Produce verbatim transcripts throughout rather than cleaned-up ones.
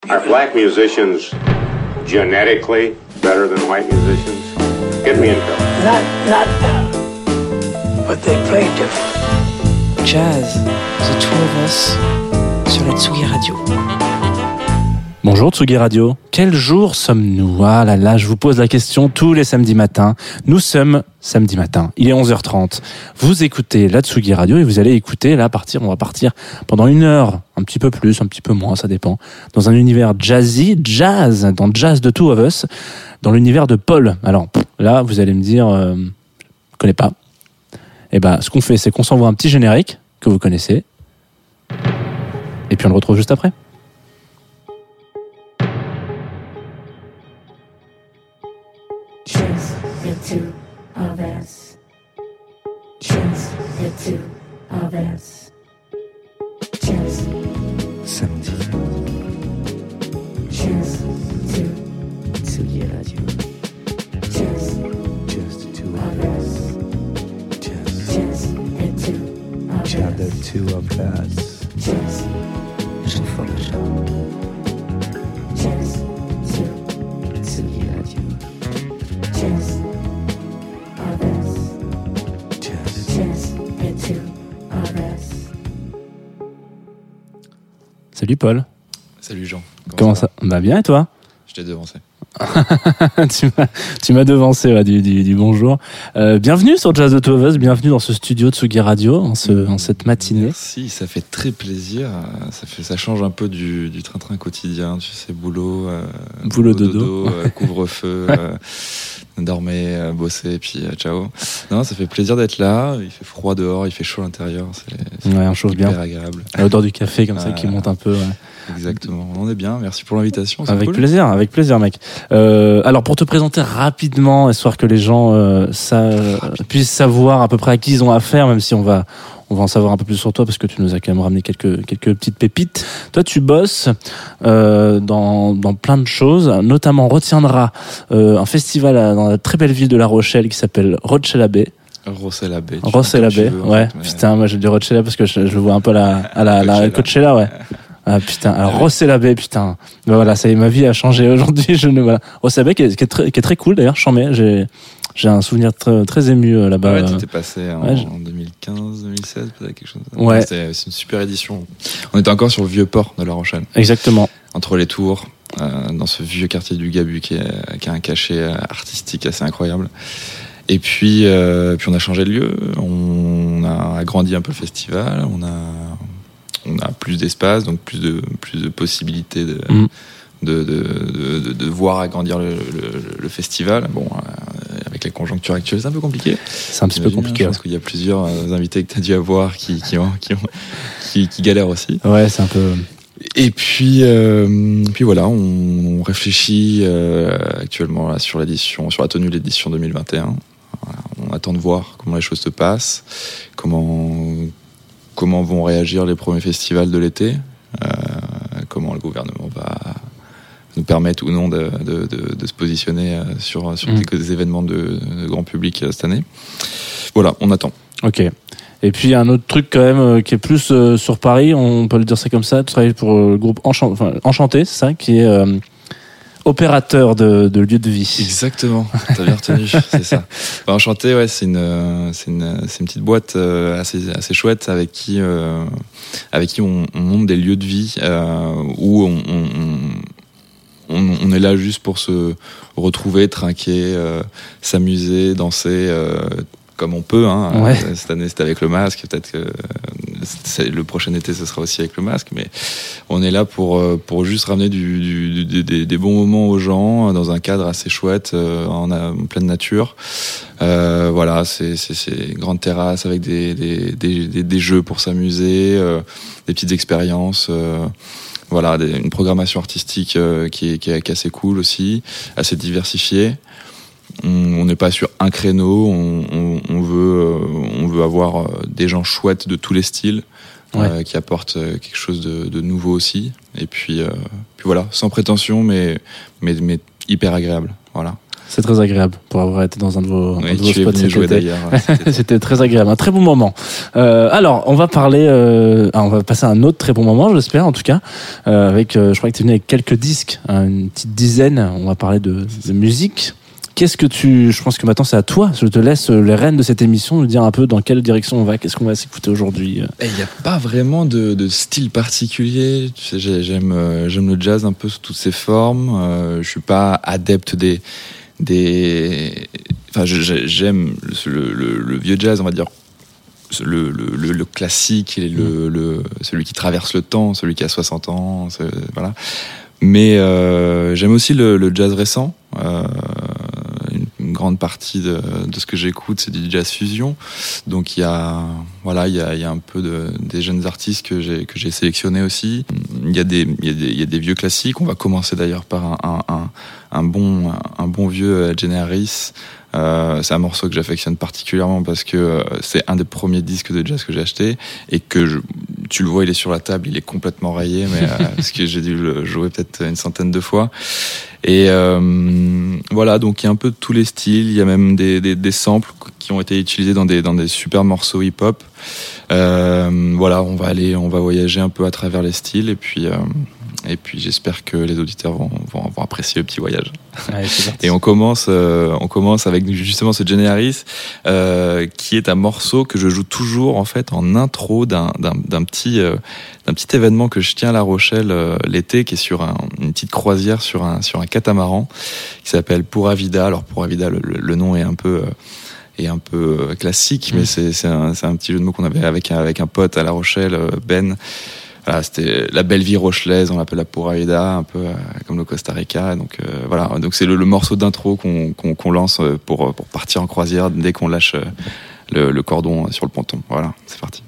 Are black musicians genetically better than white musicians? Get me in trouble. Not, not, but they play different. Jazz, The Two of Us, sur la Tsugi Radio. Bonjour Tsugi Radio, quel jour sommes-nous? Ah là là, je vous pose la question tous les samedis matins. Nous sommes samedi matin, il est onze heures trente. Vous écoutez la Tsugi Radio et vous allez écouter, là, partir, on va partir pendant une heure, un petit peu plus, un petit peu moins, ça dépend, dans un univers jazzy, jazz, dans Jazz The Two of Us, dans l'univers de Paul. Alors là, vous allez me dire, euh, je connais pas. Et ben, ce qu'on fait, c'est qu'on s'envoie un petit générique que vous connaissez, et puis on le retrouve juste après. Just the two of us. Just the two of us. Just Samedi, just two. Tsugi Radio. Just Just Two of us. Just, Just the two of just the us. Two of Us. Just, Je forge just two. Tsugi Radio. Just of us. Just. Just the two of us. Salut Paul. Salut Jean. Comment ça? Bah bien, et toi? Je t'ai devancé. tu, m'as, tu m'as devancé ouais, du, du, du bonjour. Euh, bienvenue sur Jazz The Two of Us, bienvenue dans ce studio de Tsugi Radio en, ce, en cette matinée. Merci, ça fait très plaisir. Ça, fait, ça change un peu du, du train-train quotidien, tu sais, boulot, euh, Boulot, dodo. euh, couvre-feu, euh, dormir, euh, bosser, et puis euh, ciao. Non, ça fait plaisir d'être là. Il fait froid dehors, il fait chaud à l'intérieur. C'est, c'est Ouais, on chauffe hyper bien. agréable. À l'odeur du café comme ça Ah. qui monte un peu. Ouais. Exactement. On est bien. Merci pour l'invitation. C'est Avec cool. plaisir, avec plaisir, mec. Euh, alors, pour te présenter rapidement, histoire que les gens euh, ça, puissent savoir à peu près à qui ils ont affaire, même si on va, on va en savoir un peu plus sur toi, parce que tu nous as quand même ramené quelques, quelques petites pépites. Toi, tu bosses euh, dans, dans plein de choses, notamment retiendra euh, un festival à- dans la très belle ville de La Rochelle qui s'appelle Rochella Bay. Rossella Bay. Rochella Bay, ouais. Putain, moi je dis Rochella parce que je, je le vois un peu à la, à la, la Coachella, ouais. Ah putain, alors Rossella Bay, putain. Ben voilà, ça y est, ma vie a changé aujourd'hui. Je ne voilà. Rossella Bay qui est, qui est très, qui est très cool d'ailleurs. J'en mets, j'ai, j'ai un souvenir très, très ému euh, là-bas. Ouais, euh. t'étais passé en, ouais, je- en deux mille quinze, deux mille seize, peut-être quelque chose. Ouais. C'était, c'est une super édition. On était encore sur le vieux port de La Rochelle. Exactement. Entre les tours, euh, dans ce vieux quartier du Gabu qui, est, qui a un cachet euh, artistique assez incroyable. Et puis, euh, puis on a changé de lieu, on a agrandi un peu le festival, on a, on a plus d'espace, donc plus de, plus de possibilités de, Mm. de, de, de, de, de voir agrandir le, le, le festival. Bon, euh, avec les conjonctures actuelles, c'est un peu compliqué. C'est un petit peu J'imagine, compliqué. Je pense qu'il y a plusieurs euh, invités que tu as dû avoir qui, qui, ont, qui, ont, qui, qui galèrent aussi. Ouais, ouais c'est un peu. Et puis, euh, puis voilà, on, on réfléchit euh, actuellement là, sur l'édition, sur la tenue de l'édition deux mille vingt et un. Voilà, on attend de voir comment les choses se passent, comment, comment vont réagir les premiers festivals de l'été, euh, comment le gouvernement va nous permettre ou non de, de, de, de se positionner sur, sur Mmh. des, des événements de, de grand public cette année. Voilà, on attend. Ok. Et puis il y a un autre truc quand même euh, qui est plus euh, sur Paris, on peut le dire ça comme ça. Tu travailles pour euh, le groupe Enchant- enfin, Enchanté, c'est ça, qui est euh, opérateur de, de lieux de vie. Exactement, t'as bien retenu, c'est ça. Bah, Enchanté, ouais, c'est une, c'est une, c'est une petite boîte euh, assez, assez chouette avec qui, euh, avec qui on, on monte des lieux de vie euh, où on, on, on, on est là juste pour se retrouver, trinquer, euh, s'amuser, danser. Euh, comme on peut, hein. Ouais. Cette année c'était avec le masque, peut-être que c'est, le prochain été ce sera aussi avec le masque, mais on est là pour, pour juste ramener du, du, du, des, des bons moments aux gens dans un cadre assez chouette, en, en pleine nature. Euh, voilà, c'est, c'est, c'est une grande terrasse avec des, des, des, des, des jeux pour s'amuser, euh, des petites expériences. Euh, voilà, des, une programmation artistique euh, qui, est, qui, est, qui est assez cool aussi, assez diversifiée. On n'est pas sur un créneau, on, on, on, veut, euh, on veut avoir des gens chouettes de tous les styles, ouais. euh, qui apportent quelque chose de, de nouveau aussi. Et puis, euh, puis voilà, sans prétention, mais, mais, mais hyper agréable. Voilà. C'est très agréable pour avoir été dans un de vos, Oui, un de vos tu es spots venu cet jouer été. d'ailleurs. Ouais, c'était- C'était très agréable, un très bon moment. Euh, alors, on va parler, euh, ah, on va passer à un autre très bon moment, j'espère en tout cas, euh, avec, euh, je crois que tu es venu avec quelques disques, hein, une petite dizaine. On va parler de, de musique. Qu'est-ce que tu, je pense que maintenant c'est à toi. Je te laisse les rênes de cette émission, nous dire un peu dans quelle direction on va, qu'est-ce qu'on va s'écouter aujourd'hui. Il n'y a pas vraiment de, de style particulier. Tu sais, j'ai- j'aime, euh, j'aime le jazz un peu sous toutes ses formes. Euh, je suis pas adepte des, des. Enfin, je- je- j'aime le, le, le vieux jazz, on va dire. Le, le, le, le classique, et le, le, celui qui traverse le temps, celui qui a soixante ans, ce- voilà. Mais euh, j'aime aussi le, le jazz récent. Euh, une, une grande partie de, de ce que j'écoute, c'est du jazz fusion. Donc il y a, voilà, il y a, il y a un peu de, des jeunes artistes que j'ai que j'ai sélectionnés aussi. Il y a des, il y a des, il y a des vieux classiques. On va commencer d'ailleurs par un, un, un, un bon, un bon vieux Jenny Harris. Euh, c'est un morceau que j'affectionne particulièrement parce que euh, c'est un des premiers disques de jazz que j'ai acheté et que je, tu le vois, il est sur la table, il est complètement rayé, mais euh, parce que j'ai dû le jouer peut-être une centaine de fois. Et euh, voilà, donc il y a un peu de tous les styles. Il y a même des, des, des samples qui ont été utilisés dans des dans des super morceaux hip-hop. Euh, voilà, on va aller, on va voyager un peu à travers les styles et puis. Euh, Et puis j'espère que les auditeurs vont, vont, vont apprécier le petit voyage. Allez, c'est parti. Et on commence, euh, on commence avec justement ce Jenny Harris, euh, qui est un morceau que je joue toujours en fait en intro d'un, d'un, d'un petit, euh, d'un petit événement que je tiens à La Rochelle euh, l'été, qui est sur un, une petite croisière sur un, sur un catamaran, qui s'appelle Pura Vida. Alors Pura Vida, le, le nom est un peu euh, est un peu classique, mais c'est, c'est, un, c'est un petit jeu de mots qu'on avait avec un, avec un pote à La Rochelle, Ben. Voilà, c'était la belle vie rochelaise, on l'appelle la Pura Vida, un peu euh, comme le Costa Rica. Donc euh, voilà, donc c'est le, le morceau d'intro qu'on, qu'on, qu'on lance pour, pour partir en croisière dès qu'on lâche le, le cordon sur le ponton. Voilà, c'est parti.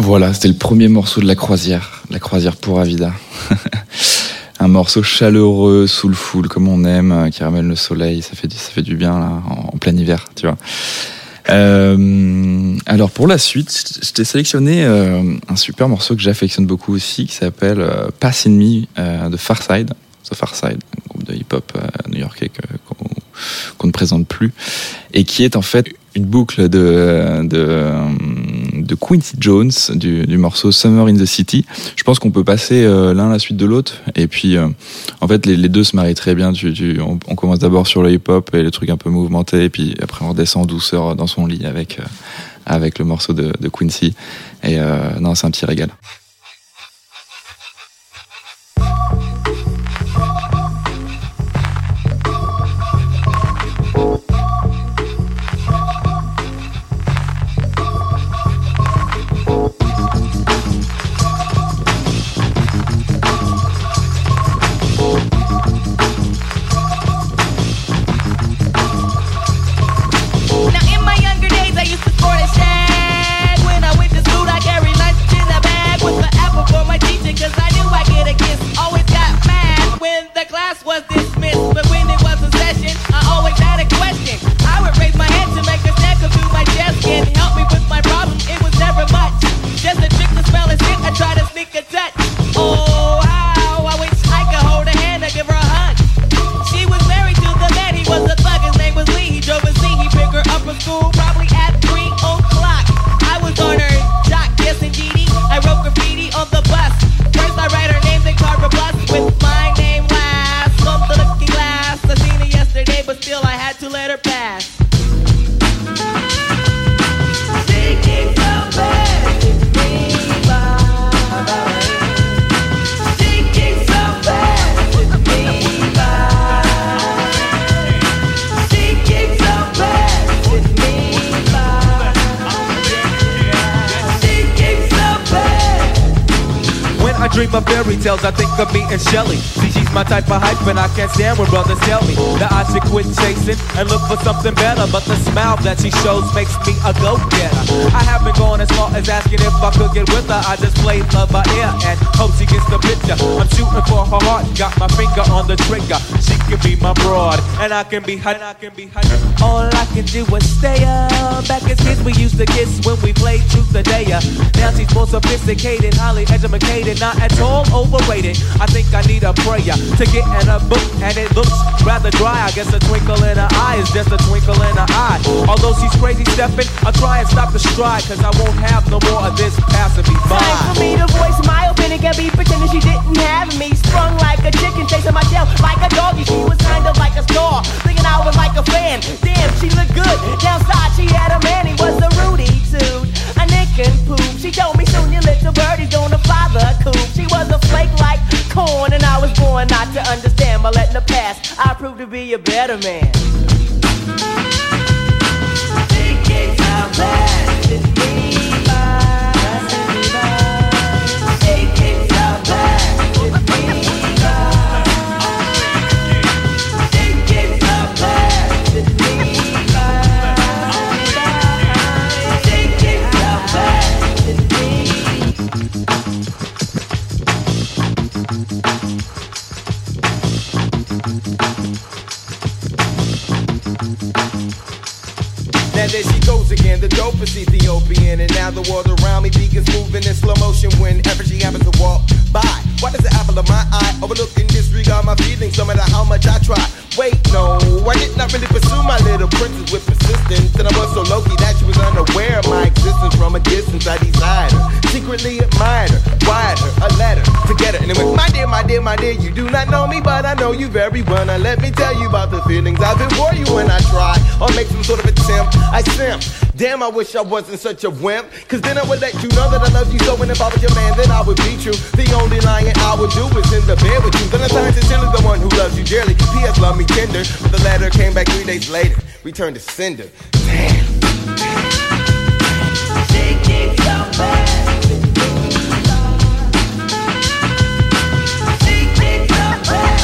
Voilà, c'était le premier morceau de La Croisière, La Croisière pour Avida. Un morceau chaleureux, soulful, comme on aime, qui ramène le soleil, ça fait du, ça fait du bien là, en, en plein hiver, tu vois. Euh, alors pour la suite, je t'ai sélectionné euh, un super morceau que j'affectionne beaucoup aussi, qui s'appelle euh, Pass in Me euh, de Pharcyde. The Pharcyde, un groupe de hip-hop euh, new-yorkais que, qu'on, qu'on ne présente plus, et qui est en fait une boucle de, de, de Quincy Jones, du, du morceau Summer in the City. Je pense qu'on peut passer euh, l'un à la suite de l'autre, et puis euh, en fait les, les deux se marient très bien. Tu, tu, on, on commence d'abord sur le hip-hop et les trucs un peu mouvementés, et puis après on redescend en douceur dans son lit avec, euh, avec le morceau de, de Quincy. Et euh, non, c'est un petit régal. Dream of fairy tales, I think of me and Shelly. See, she's my type of hype, and I can't stand when brothers tell me that I should quit chasing and look for something better. But the smile that she shows makes me a go-getter. I haven't gone as far as asking if I could get with her. I just play love by ear and hope she gets the picture. I'm shooting for her heart, got my finger on the trigger. She can be my broad, and I can be hot, and I can be hot. All I can do is stay up. Back as kids, we used to kiss when we played truth or dare. Now she's more sophisticated, highly educated, not at all overrated. I think I need a prayer to get in a book, and it looks rather dry. I guess a twinkle in her eye is just a twinkle in her eye. Although she's crazy stepping, I'll try and stop the stride, cause I won't have no more of this passing me by. Time for me to voice my opinion, can't be pretending she didn't have me. Sprung like a chicken, chasing my tail like a doggy. She was kind of like a star, thinking I was like a fan. Damn, she looked good. Downside, she had a man, he was a Rudy too. A nick and poop. She told me soon your little birdie's gonna fly the coop. She was a flake like corn, and I was born not to understand. But letting the past, I proved to be a better man. Think it's how bad it me by. Think it's how bad it me by. Think it's how bad it me by. Think it's how bad it me. Now there she goes again, the dopest Ethiopian. And now the world around me begins moving in slow motion whenever she happens to walk by. Why does the apple of my eye overlook and disregard my feelings no matter how much I try? Wait, no, I did not really pursue my little princess with persistence. And I was so low-key that she was unaware of my existence. From a distance I desired her, secretly admired her, wired her a letter to get her. And it went, my dear, my dear, my dear, you do not know me, but I know you very well. Now let me tell you about the feelings I've been for you when I try or make some sort of attempt. I simp. Damn, I wish I wasn't such a wimp, cause then I would let you know that I love you so. And if I was your man, then I would be true. The only lying I would do is in the bed with you. Then I signed sincerely the one who loves you dearly. P S love me tender, but the letter came back three days later. Returned to sender. Damn. Think it's so bad. Think it's so bad.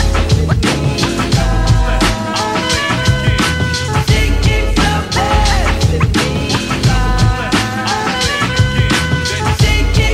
Think it's so bad. Think it's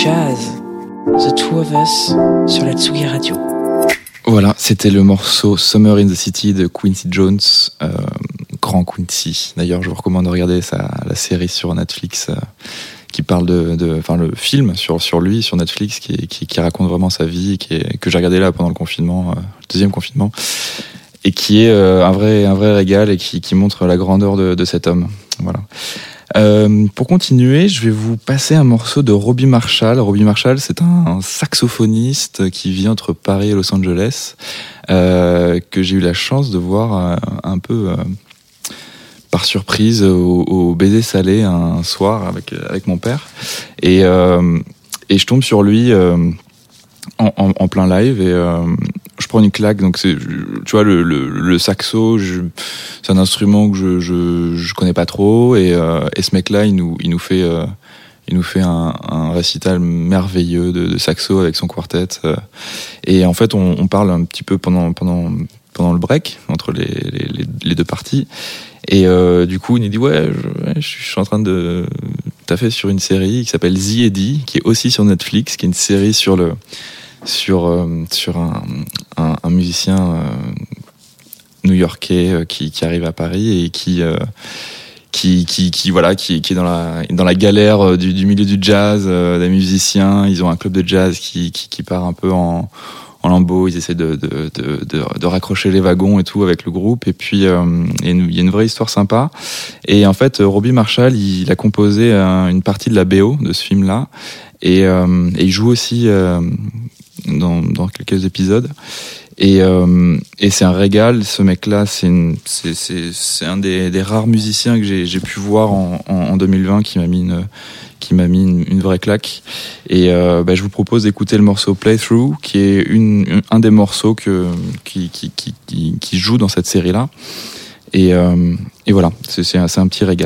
Jazz, The Two of Us, sur la Tsugi Radio. Voilà, c'était le morceau Summer in the City de Quincy Jones, euh, grand Quincy. D'ailleurs, je vous recommande de regarder sa, la série sur Netflix euh, qui parle de, de, enfin le film sur sur lui sur Netflix qui, qui, qui raconte vraiment sa vie, qui est, que j'ai regardé là pendant le confinement, euh, le deuxième confinement, et qui est euh, un vrai un vrai régal et qui, qui montre la grandeur de, de cet homme. Voilà. Euh, pour continuer, je vais vous passer un morceau de Robbie Marshall. Robbie Marshall, c'est un, un saxophoniste qui vit entre Paris et Los Angeles, euh, que j'ai eu la chance de voir euh, un peu euh, par surprise au, au Baiser Salé un soir avec avec mon père, et euh, et je tombe sur lui euh, en, en, en plein live et euh, je prends une claque. Donc c'est, tu vois, le, le, le saxo, je, c'est un instrument que je je, je connais pas trop, et, euh, et ce mec-là, il nous il nous fait euh, il nous fait un, un récital merveilleux de, de saxo avec son quartet. Euh, et en fait, on, on parle un petit peu pendant pendant pendant le break entre les les, les deux parties. Et euh, du coup, il nous dit ouais, je, ouais, je suis en train de taffer sur une série qui s'appelle The Eddie, qui est aussi sur Netflix, qui est une série sur le sur euh, sur un, un, un musicien euh, new-yorkais euh, qui, qui arrive à Paris et qui euh, qui, qui qui voilà qui, qui est dans la dans la galère du, du milieu du jazz, euh, des musiciens. Ils ont un club de jazz qui qui, qui part un peu en en lambeaux. Ils essaient de de, de de de raccrocher les wagons et tout avec le groupe. Et puis euh, il y a une, il y a une vraie histoire sympa. Et en fait, Robbie Marshall, il, il a composé euh, une partie de la B O de ce film-là. Et, euh, et il joue aussi euh, dans, dans quelques épisodes. Et, euh, et c'est un régal. Ce mec-là, c'est, une, c'est, c'est, c'est un des, des rares musiciens que j'ai, j'ai pu voir en, en, en deux mille vingt qui m'a mis une, qui m'a mis une, une vraie claque. Et euh, bah, je vous propose d'écouter le morceau Playthrough, qui est une, une, un des morceaux que, qui, qui, qui, qui, qui joue dans cette série-là. Et, euh, et voilà, c'est, c'est, un, c'est un petit régal.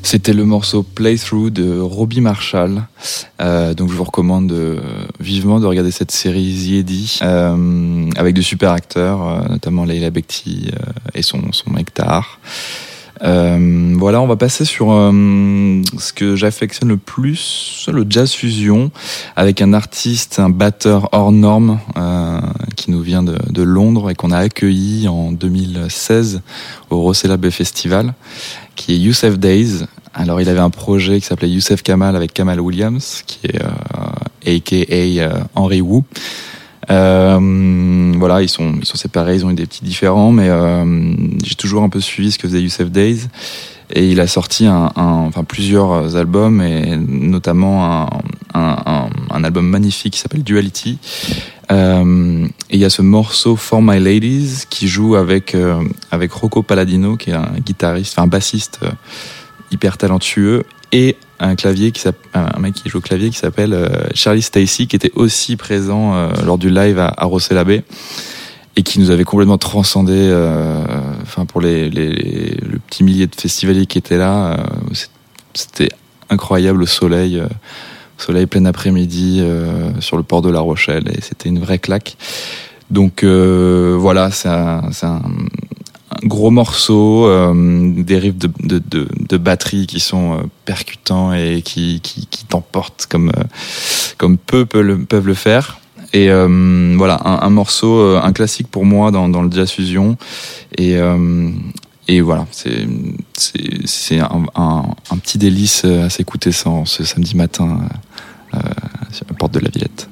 C'était le morceau Playthrough de Robbie Marshall. Euh, donc je vous recommande euh, vivement de regarder cette série The Eddy euh, avec de super acteurs, euh, notamment Leila Bekti euh, et son, son mec Tahar. Euh, voilà, on va passer sur euh, ce que j'affectionne le plus, le jazz fusion, avec un artiste, un batteur hors norme euh, qui nous vient de, de Londres et qu'on a accueilli en deux mille seize au Rossella Bay Festival, qui est Youssef Days. Alors il avait un projet qui s'appelait Youssef Kamal avec Kamal Williams, qui est euh, a k a. Euh, Henry Wu. Euh, voilà, ils sont ils sont séparés, ils ont eu des petits différends, mais euh, j'ai toujours un peu suivi ce que faisait Youssef Days, et il a sorti un, un enfin plusieurs albums, et notamment un un, un, un album magnifique qui s'appelle Duality. Euh, et il y a ce morceau For My Ladies qui joue avec euh, avec Rocco Palladino, qui est un guitariste, enfin un bassiste euh, hyper talentueux, et un clavier qui un mec qui joue au clavier qui s'appelle euh, Charlie Stacey, qui était aussi présent euh, lors du live à, à Rossella Bay et qui nous avait complètement transcendé. Euh, enfin pour les, les, les le petit millier de festivaliers qui étaient là, euh, c'était incroyable, le soleil, euh, soleil plein après-midi euh, sur le port de La Rochelle, et c'était une vraie claque. Donc euh, voilà, c'est un, c'est un un gros morceau, euh, des riffs de, de, de, de batterie qui sont euh, percutants et qui, qui, qui t'emportent comme, euh, comme peu peuvent le, peuvent le faire. Et euh, voilà, un, un morceau, euh, un classique pour moi dans, dans le jazz fusion. Et, euh, et voilà, c'est, c'est, c'est un, un, un petit délice à s'écouter ça, ce samedi matin euh, sur la porte de la Villette.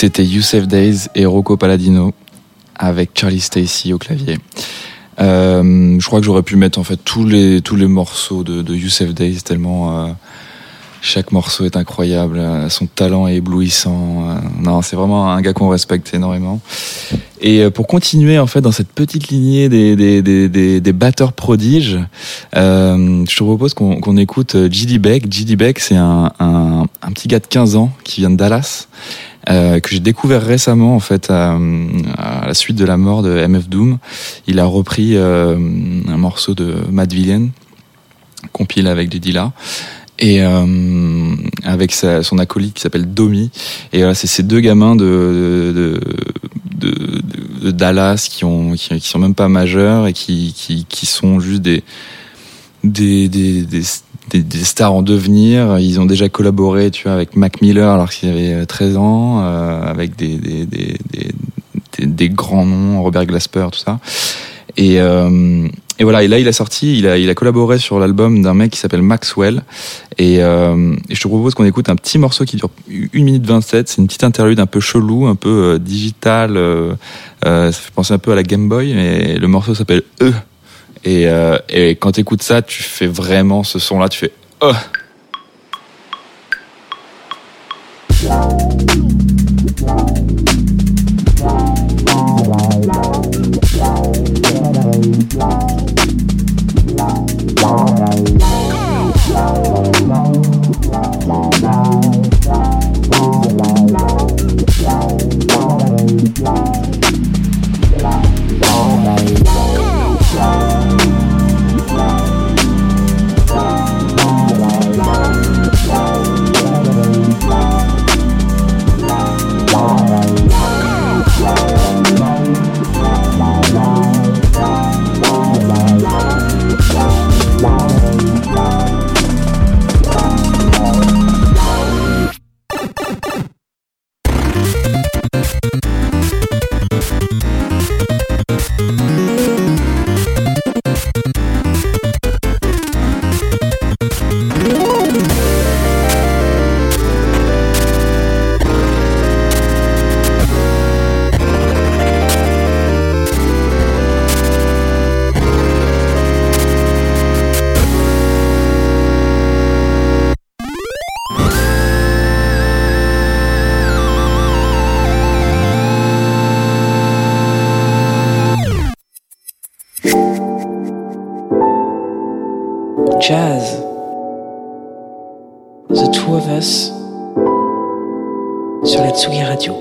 C'était Youssef Days et Rocco Palladino avec Charlie Stacey au clavier. Euh, je crois que j'aurais pu mettre en fait tous les tous les morceaux de, de Youssef Days tellement euh, chaque morceau est incroyable, son talent est éblouissant. Euh, non, c'est vraiment un gars qu'on respecte énormément. Et pour continuer en fait dans cette petite lignée des des des des, des batteurs prodiges, euh, je te propose qu'on, qu'on écoute J D Beck. J D Beck, c'est un, un un petit gars de quinze ans qui vient de Dallas. Euh, que j'ai découvert récemment en fait à, à la suite de la mort de M F Doom. Il a repris euh, un morceau de Matt Villain, compile avec J D là, et euh, avec sa, son acolyte qui s'appelle Domi. Et voilà, c'est ces deux gamins de de, de, de, de Dallas qui ont qui, qui sont même pas majeurs et qui qui qui sont juste des des des, des Des, des stars en devenir. Ils ont déjà collaboré, tu vois, avec Mac Miller alors qu'il avait treize ans, euh, avec des des, des des des des grands noms, Robert Glasper, tout ça. Et euh, et voilà. Et là, il a sorti, il a il a collaboré sur l'album d'un mec qui s'appelle Maxwell. Et, euh, et je te propose qu'on écoute un petit morceau qui dure une minute vingt-sept. C'est une petite interlude un peu chelou, un peu euh, digital. Euh, euh, ça fait penser un peu à la Game Boy. Et le morceau s'appelle E. Et, euh, et quand t'écoutes ça, tu fais vraiment ce son-là, tu fais oh. Jazz. The Two of Us sur la Tsugi Radio.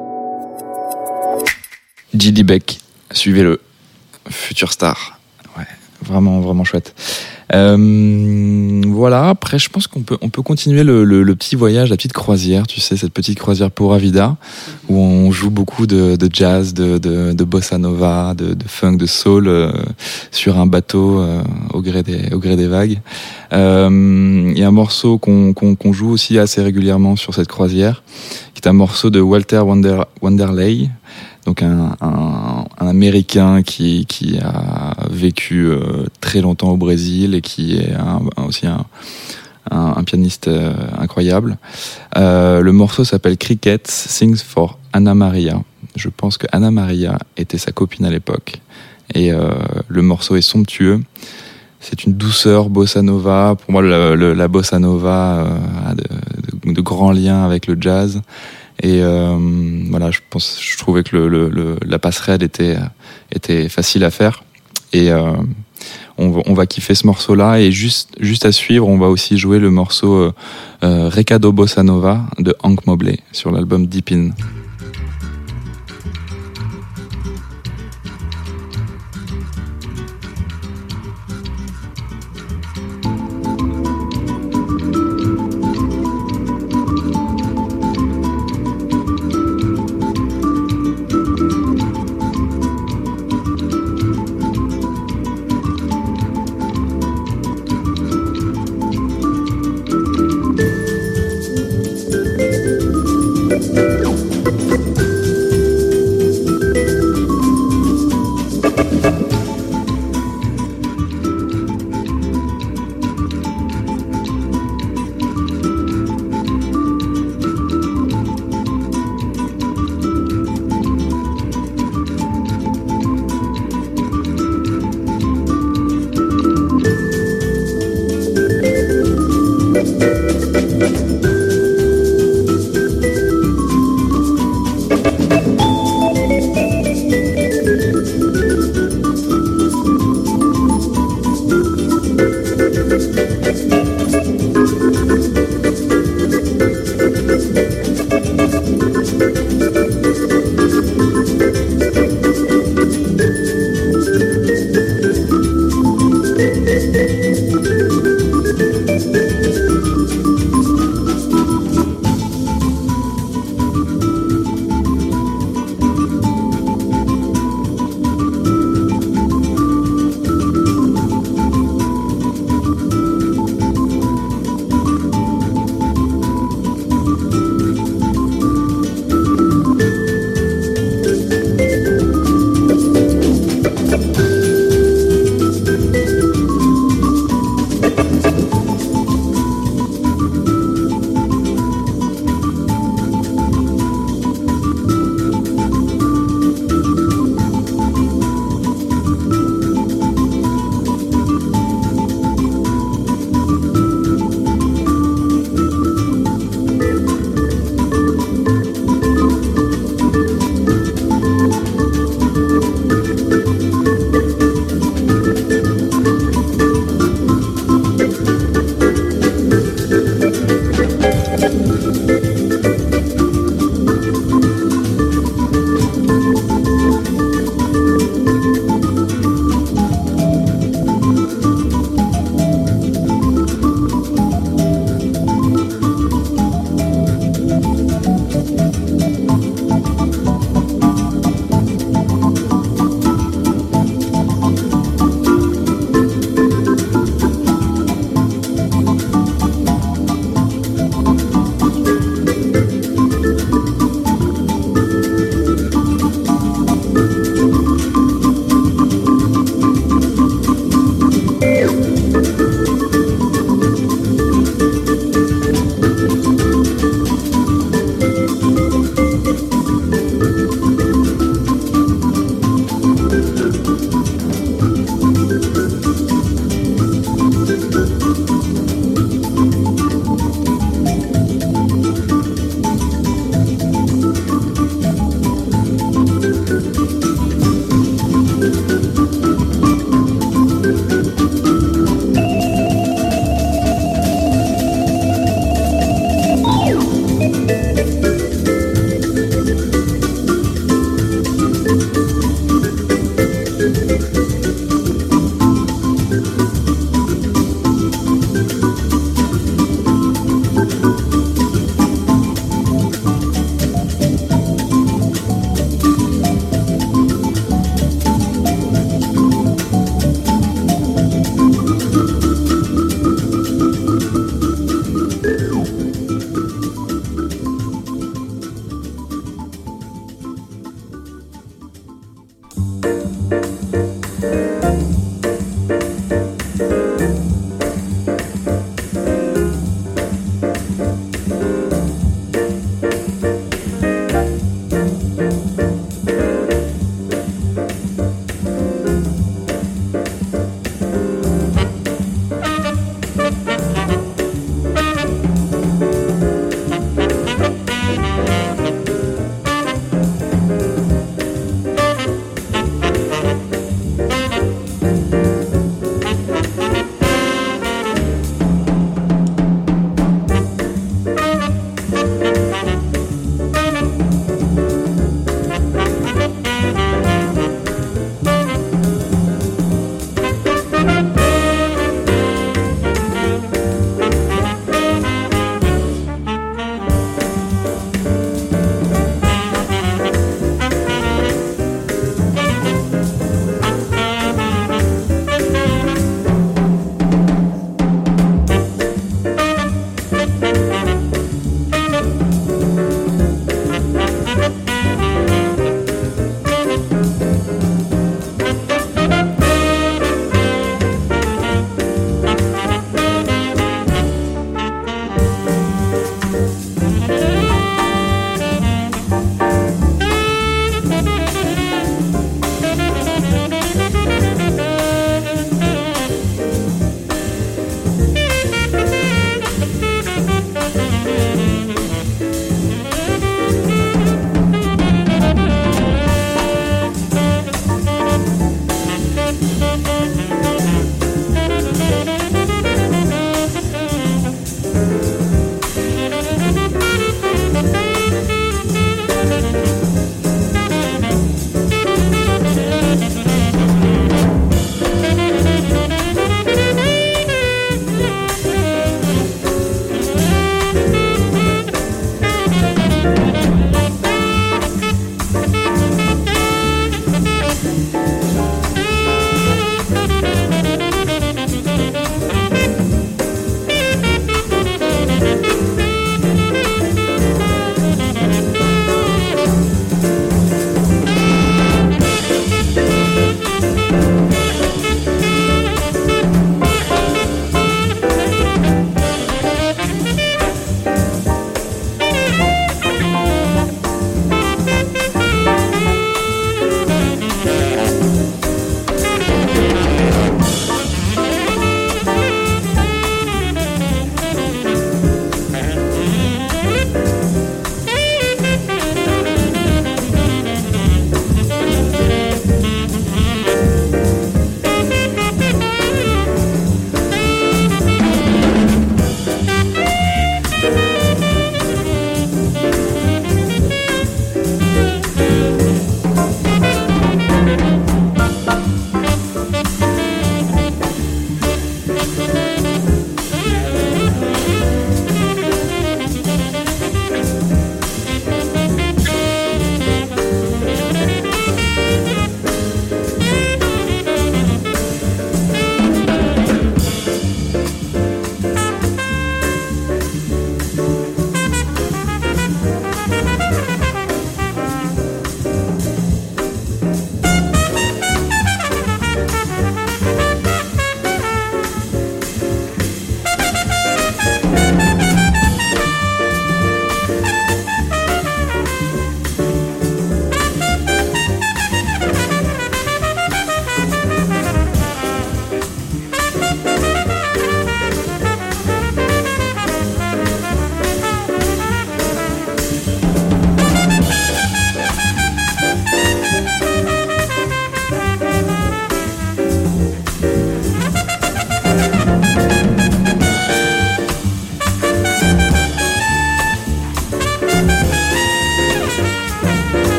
J D Beck, suivez-le, future star. Ouais, vraiment, vraiment chouette. Euh, voilà. Après, je pense qu'on peut, on peut continuer le, le, le petit voyage, la petite croisière. Tu sais, cette petite croisière Pura Vida, où on joue beaucoup de, de jazz, de, de, de bossa nova, de, de funk, de soul euh, sur un bateau euh, au gré des, au gré des vagues. Euh, il y a un morceau qu'on, qu'on, qu'on joue aussi assez régulièrement sur cette croisière, qui est un morceau de Walter Wander, Wanderley. Donc un, un, un Américain qui, qui a vécu euh, très longtemps au Brésil et qui est un, un, aussi un, un, un pianiste euh, incroyable. Euh, le morceau s'appelle Cricket Sings for Anna Maria. Je pense que Anna Maria était sa copine à l'époque. Et euh, le morceau est somptueux. C'est une douceur bossa nova. Pour moi, le, le, la bossa nova euh, a de, de, de grands liens avec le jazz. Et euh, voilà, je pense, je trouvais que le, le, le, la passerelle était était facile à faire. Et euh, on, va, on va kiffer ce morceau-là. Et juste juste à suivre, on va aussi jouer le morceau euh, euh, Recado Bossa Nova de Hank Mobley sur l'album Deep In.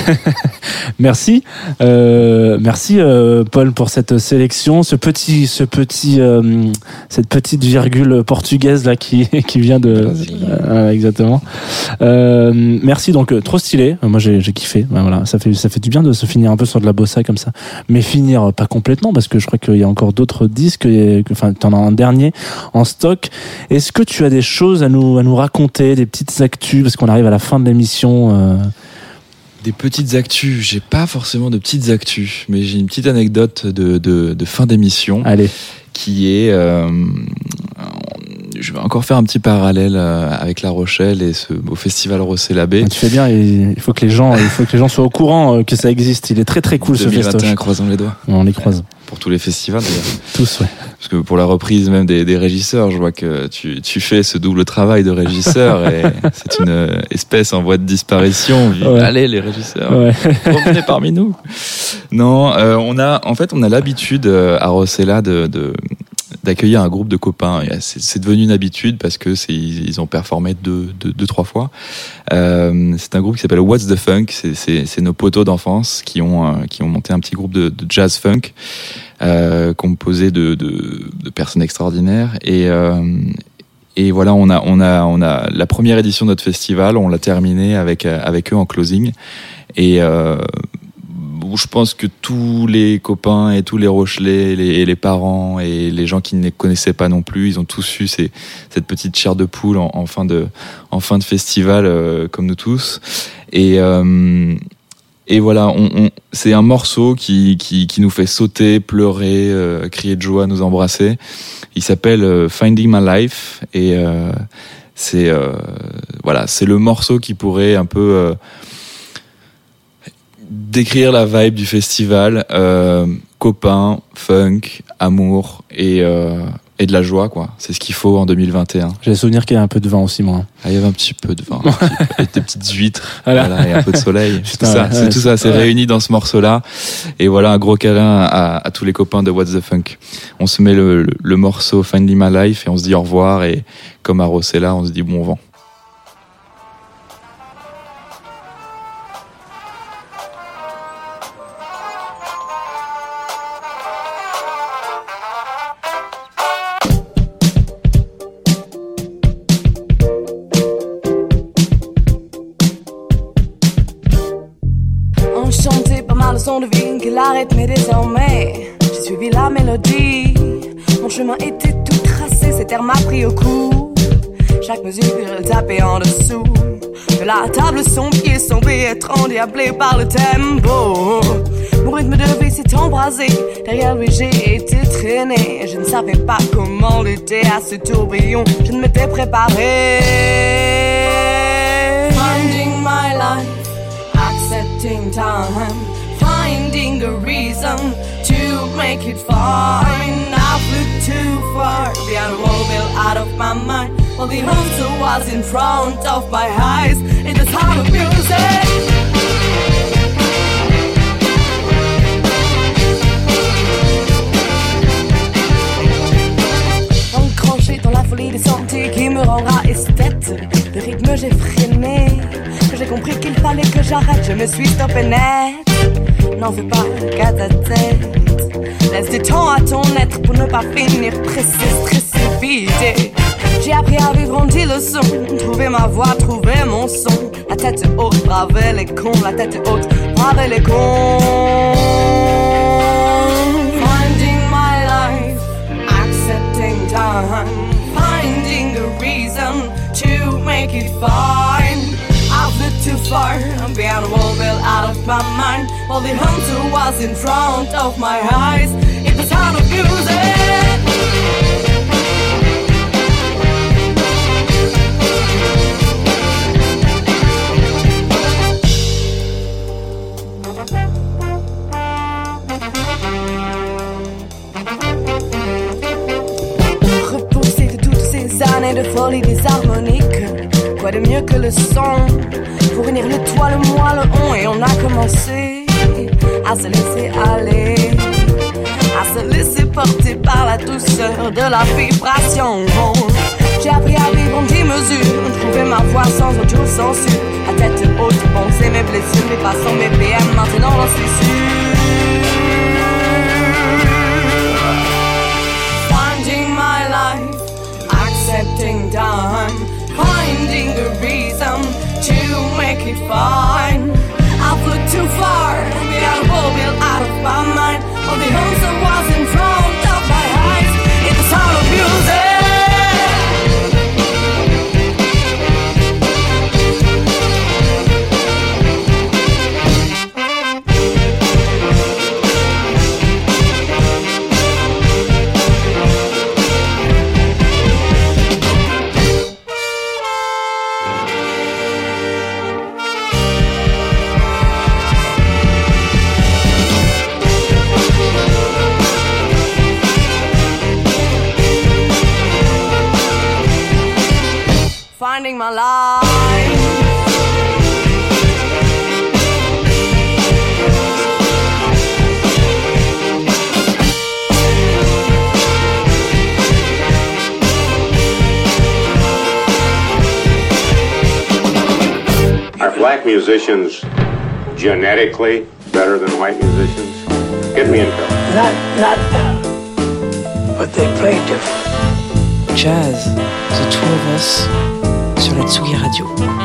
Merci, euh, merci euh, Paul pour cette sélection, ce petit, ce petit, euh, cette petite virgule portugaise là qui qui vient de, euh, exactement. Euh, merci donc, trop stylé. Moi j'ai j'ai kiffé. Ben, voilà, ça fait ça fait du bien de se finir un peu sur de la bossa comme ça, mais finir pas complètement parce que je crois qu'il y a encore d'autres disques. Et, enfin, t'en as un dernier en stock. Est-ce que tu as des choses à nous à nous raconter, des petites actus parce qu'on arrive à la fin de l'émission. Euh... Des petites actus, j'ai pas forcément de petites actus, mais j'ai une petite anecdote de, de, de fin d'émission. Allez. Qui est, euh, je vais encore faire un petit parallèle avec La Rochelle et ce beau festival Rosselabé. Tu fais bien, il faut que les gens, il faut que les gens soient au courant que ça existe. Il est très très cool ce festival. deux mille vingt et un, croisons les doigts. On les croise. Pour tous les festivals d'ailleurs. Tous, ouais. Parce que pour la reprise même des, des régisseurs, je vois que tu, tu fais ce double travail de régisseur et c'est une espèce en voie de disparition. Ouais. Allez les régisseurs, ouais. revenez parmi nous. Non, euh, on a en fait on a l'habitude à Rossella de, de d'accueillir un groupe de copains. C'est, c'est devenu une habitude parce que c'est ils ont performé deux deux, deux trois fois. Euh, c'est un groupe qui s'appelle What's the Funk. C'est, c'est, c'est nos potos d'enfance qui ont euh, qui ont monté un petit groupe de, de jazz funk. Euh, composé de, de, de personnes extraordinaires et euh, et voilà on a on a on a la première édition de notre festival, on l'a terminé avec avec eux en closing et euh, je pense que tous les copains et tous les Rochelais et les, et les parents et les gens qui ne les connaissaient pas non plus, ils ont tous eu ces, cette petite chair de poule en, en fin de en fin de festival euh, comme nous tous et euh, Et voilà, on, on, c'est un morceau qui, qui, qui nous fait sauter, pleurer, euh, crier de joie, nous embrasser. Il s'appelle euh, Finding My Life et euh, c'est euh, voilà, c'est le morceau qui pourrait un peu euh, décrire la vibe du festival, euh, copains, funk, amour et euh, et de la joie, quoi. C'est ce qu'il faut en deux mille vingt et un. J'ai le souvenir qu'il y a un peu de vin aussi, moi. Ah, il y avait un petit peu de vin, un petit peu, et des petites huîtres, voilà. Voilà, et un peu de soleil. C'est Putain, tout ça, ouais, c'est ouais, tout ça, c'est ouais. réuni dans ce morceau-là. Et voilà, un gros câlin à, à tous les copains de What's the Funk. On se met le, le, le morceau Finding My Life et on se dit au revoir. Et comme à Rossella, on se dit bon vent. Enchanté par ma leçon de vie qui l'arrête mais désormais j'ai suivi la mélodie. Mon chemin était tout tracé, cet air m'a pris au cou. Chaque mesure elle tapait en dessous de la table, son pied semblait être endiablé par le tempo. Mon rythme de vie s'est embrasé, derrière lui j'ai été traîné. Je ne savais pas comment lutter à ce tourbillon, je ne m'étais préparé. Finding my life, accepting time, finding a reason to make it fine. I flew too far, beyond a wall built out of my mind, while the answer was in front of my eyes. In the sound of music. Encroché dans la folie des sentiers qui me rendra esthète, le rythme j'ai freiné. J'ai compris qu'il fallait que j'arrête, je me suis stoppé net. N'en fais pas qu'à ta tête, laisse du temps à ton être pour ne pas finir pressé, stressé, vidé. J'ai appris à vivre en dix leçons, trouver ma voix, trouver mon son. La tête haute, braver les cons, la tête haute, braver les cons. Finding my life, accepting time, finding a reason to make it fine. I flew too far, beyond a wall built out of my mind, while the hunter was in front of my eyes. It's the sound of music. Repoussé de toutes ces années de folie des harmoniques, quoi de mieux que le son pour unir le toi, le moi, le on. Et on a commencé à se laisser aller, à se laisser porter par la douceur de la vibration. J'ai appris à vivre en demi-mesure, trouver ma voix sans autre censure. À tête haute, penser mes blessures, les passants, mes P M, maintenant j'en suis sûr. Finding my life, accepting time, finding the reason to make it fine. I've looked too far, beyond a built out of my mind. All the answer was in front of my eyes. It's the sound of music. Finding my life. Are black musicians genetically better than white musicians? Get me in trouble. Not, not better, but they play different. Jazz, The Two of Us, sur la Tsugi Radio.